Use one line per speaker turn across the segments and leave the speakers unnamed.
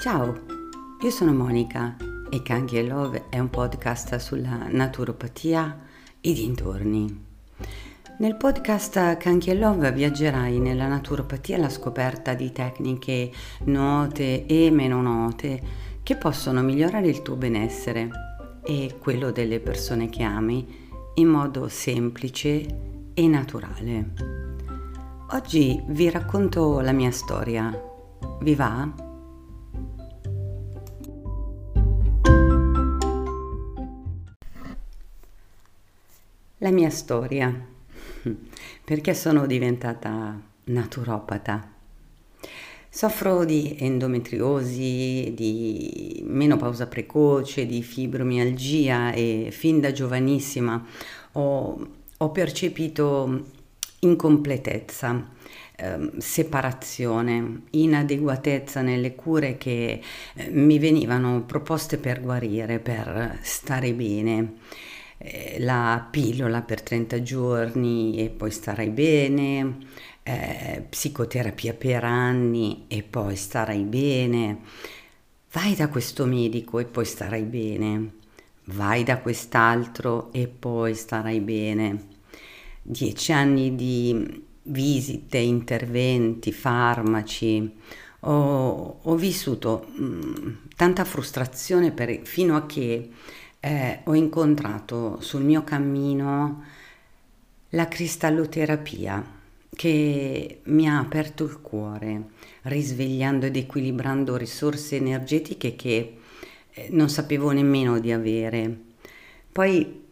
Ciao, io sono Monica e Kangi e Love è un podcast sulla naturopatia e dintorni. Nel podcast Kangi e Love viaggerai nella naturopatia alla scoperta di tecniche note e meno note che possono migliorare il tuo benessere e quello delle persone che ami in modo semplice e naturale. Oggi vi racconto la mia storia. Vi va? La mia storia, perché sono diventata naturopata. Soffro di endometriosi, di menopausa precoce, di fibromialgia e fin da giovanissima ho percepito incompletezza, separazione, inadeguatezza nelle cure che mi venivano proposte per guarire, per stare bene. La pillola per 30 giorni e poi starai bene, psicoterapia per anni e poi starai bene, vai da questo medico e poi starai bene, vai da quest'altro e poi starai bene. 10 anni di visite, interventi, farmaci, ho vissuto tanta frustrazione fino a che ho incontrato sul mio cammino la cristalloterapia che mi ha aperto il cuore, risvegliando ed equilibrando risorse energetiche che non sapevo nemmeno di avere. Poi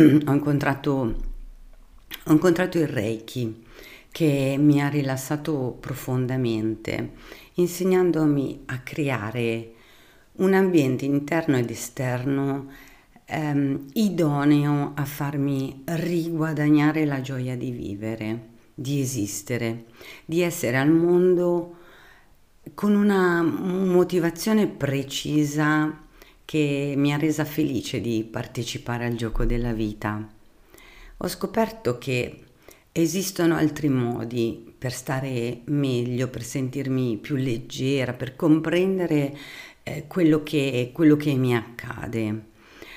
ho incontrato il Reiki che mi ha rilassato profondamente, insegnandomi a creare un ambiente interno ed esterno idoneo a farmi riguadagnare la gioia di vivere, di esistere, di essere al mondo con una motivazione precisa che mi ha resa felice di partecipare al gioco della vita. Ho scoperto che esistono altri modi per stare meglio, per sentirmi più leggera, per comprendere quello che mi accade.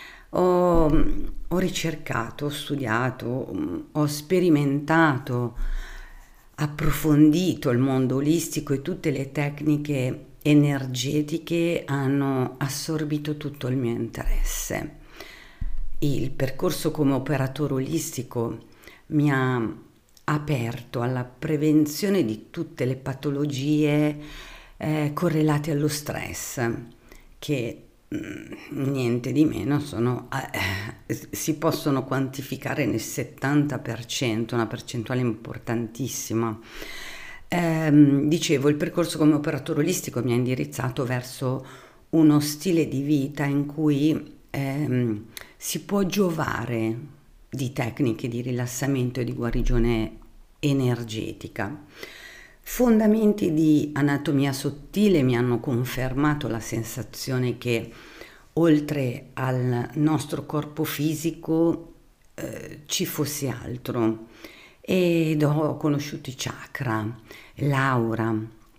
Ho ricercato, ho studiato, ho sperimentato, approfondito il mondo olistico e tutte le tecniche energetiche hanno assorbito tutto il mio interesse. Il percorso come operatore olistico mi ha aperto alla prevenzione di tutte le patologie correlate allo stress, che niente di meno si possono quantificare nel 70%, una percentuale importantissima. Dicevo, il percorso come operatore olistico mi ha indirizzato verso uno stile di vita in cui si può giovare di tecniche di rilassamento e di guarigione energetica. Fondamenti di anatomia sottile mi hanno confermato la sensazione che oltre al nostro corpo fisico ci fosse altro, ed ho conosciuto i chakra, l'aura,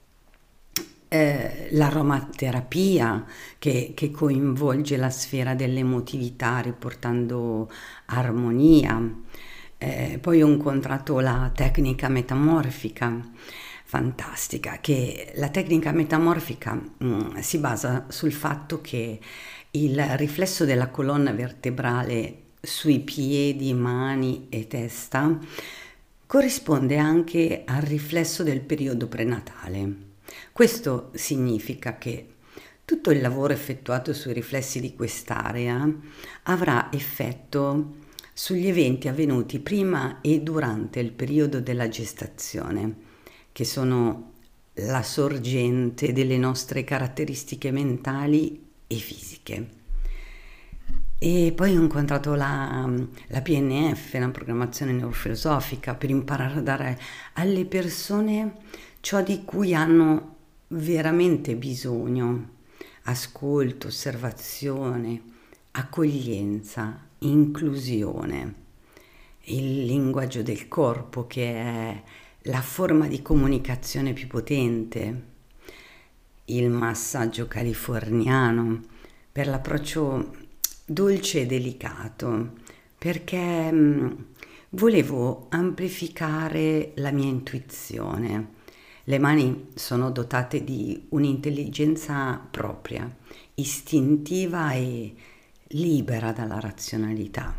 l'aromaterapia che coinvolge la sfera dell'emotività riportando armonia. Poi ho incontrato la tecnica metamorfica, fantastica, che la tecnica metamorfica si basa sul fatto che il riflesso della colonna vertebrale sui piedi, mani e testa corrisponde anche al riflesso del periodo prenatale. Questo significa che tutto il lavoro effettuato sui riflessi di quest'area avrà effetto sugli eventi avvenuti prima e durante il periodo della gestazione, che sono la sorgente delle nostre caratteristiche mentali e fisiche. E poi ho incontrato la PNF, la programmazione neurofilosofica, per imparare a dare alle persone ciò di cui hanno veramente bisogno: ascolto, osservazione, accoglienza, inclusione, il linguaggio del corpo, che è la forma di comunicazione più potente. il massaggio californiano per l'approccio dolce e delicato, perché volevo amplificare la mia intuizione. Le mani sono dotate di un'intelligenza propria, istintiva e libera dalla razionalità.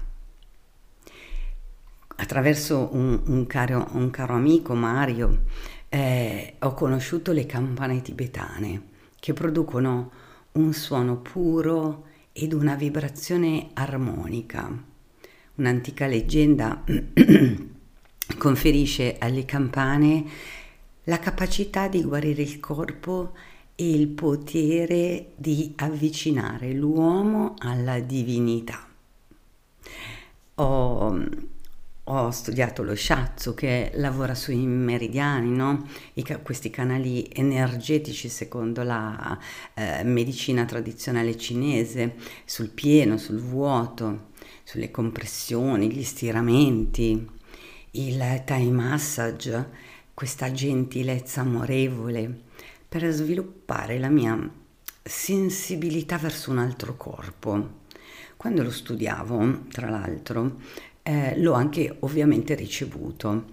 Attraverso un caro amico, Mario, ho conosciuto le campane tibetane, che producono un suono puro ed una vibrazione armonica. Un'antica leggenda conferisce alle campane la capacità di guarire il corpo e il potere di avvicinare l'uomo alla divinità. Ho, ho studiato lo shiatsu che lavora sui meridiani, no? Questi canali energetici secondo la medicina tradizionale cinese, sul pieno, sul vuoto, sulle compressioni, gli stiramenti, il Thai massage, questa gentilezza amorevole per sviluppare la mia sensibilità verso un altro corpo. Quando lo studiavo, tra l'altro, l'ho anche ovviamente ricevuto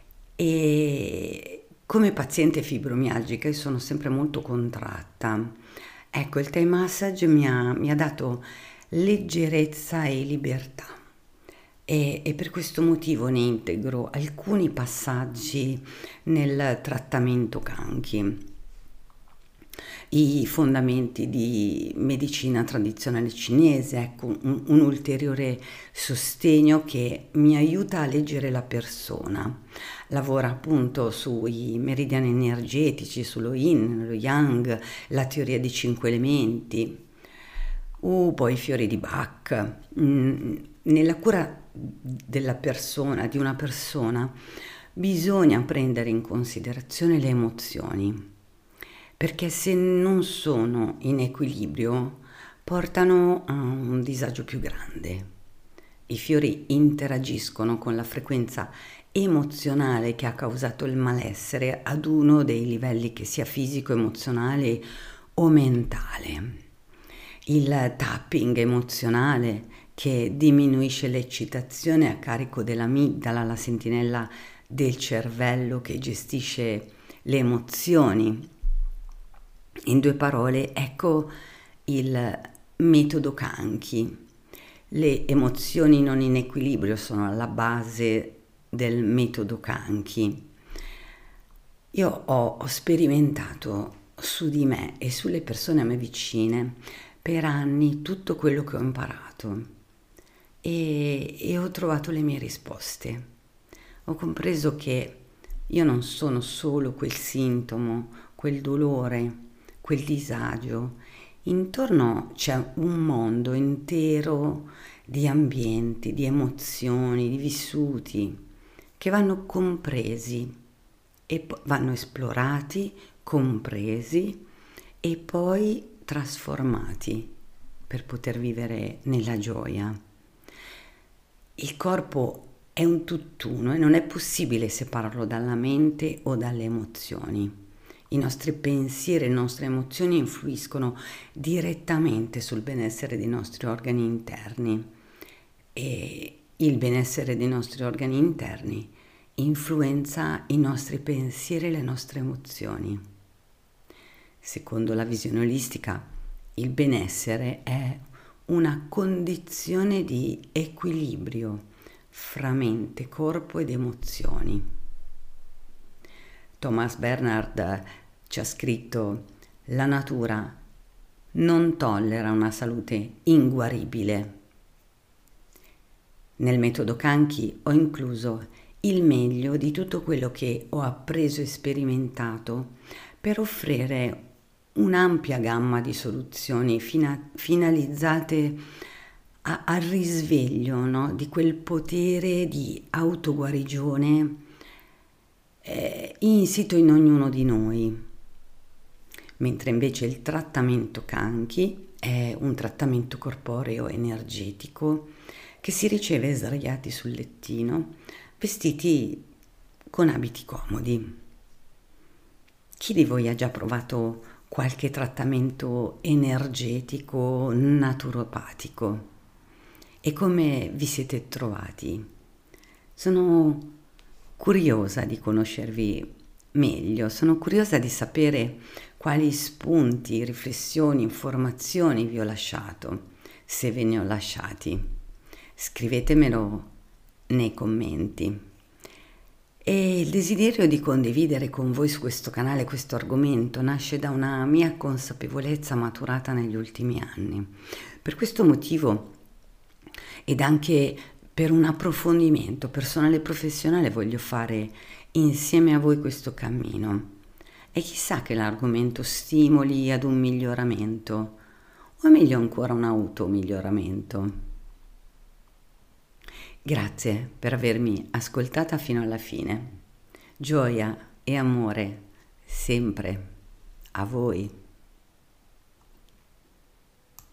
e come paziente fibromialgica io sono sempre molto contratta. Ecco, il Thai massage mi ha dato leggerezza e libertà e per questo motivo ne integro alcuni passaggi nel trattamento Kanki. I fondamenti di medicina tradizionale cinese, ecco, un ulteriore sostegno che mi aiuta a leggere la persona. Lavora appunto sui meridiani energetici, sullo yin, lo yang, la teoria dei 5 elementi, poi i fiori di Bach. Nella cura della persona, di una persona, bisogna prendere in considerazione le emozioni, perché se non sono in equilibrio portano a un disagio più grande. I fiori interagiscono con la frequenza emozionale che ha causato il malessere ad uno dei livelli che sia fisico, emozionale o mentale. Il tapping emozionale che diminuisce l'eccitazione a carico dell'amigdala, la sentinella del cervello che gestisce le emozioni. In 2 parole, ecco il metodo Kanki. Le emozioni non in equilibrio sono alla base del metodo Kanki. Io ho sperimentato su di me e sulle persone a me vicine per anni tutto quello che ho imparato e ho trovato le mie risposte. Ho compreso che io non sono solo quel sintomo, quel dolore, quel disagio. Intorno c'è un mondo intero di ambienti, di emozioni, di vissuti che vanno compresi e vanno esplorati, compresi e poi trasformati per poter vivere nella gioia. Il corpo è un tutt'uno e non è possibile separarlo dalla mente o dalle emozioni. I nostri pensieri e le nostre emozioni influiscono direttamente sul benessere dei nostri organi interni e il benessere dei nostri organi interni influenza i nostri pensieri e le nostre emozioni. Secondo la visione olistica, il benessere è una condizione di equilibrio fra mente, corpo ed emozioni. Thomas Bernhard ci ha scritto: la natura non tollera una salute inguaribile. Nel metodo Kanki ho incluso il meglio di tutto quello che ho appreso e sperimentato per offrire un'ampia gamma di soluzioni finalizzate al risveglio, no? Di quel potere di autoguarigione insito in ognuno di noi. Mentre invece il trattamento Kanki è un trattamento corporeo energetico che si riceve sdraiati sul lettino, vestiti con abiti comodi. Chi di voi ha già provato qualche trattamento energetico naturopatico. E come vi siete trovati? Sono curiosa di conoscervi meglio, sono curiosa di sapere quali spunti, riflessioni, informazioni vi ho lasciato, se ve ne ho lasciati. Scrivetemelo nei commenti. E il desiderio di condividere con voi su questo canale questo argomento nasce da una mia consapevolezza maturata negli ultimi anni. Per questo motivo ed anche per un approfondimento personale e professionale voglio fare insieme a voi questo cammino. E chissà che l'argomento stimoli ad un miglioramento, o meglio ancora un automiglioramento. Grazie per avermi ascoltata fino alla fine. Gioia e amore sempre a voi.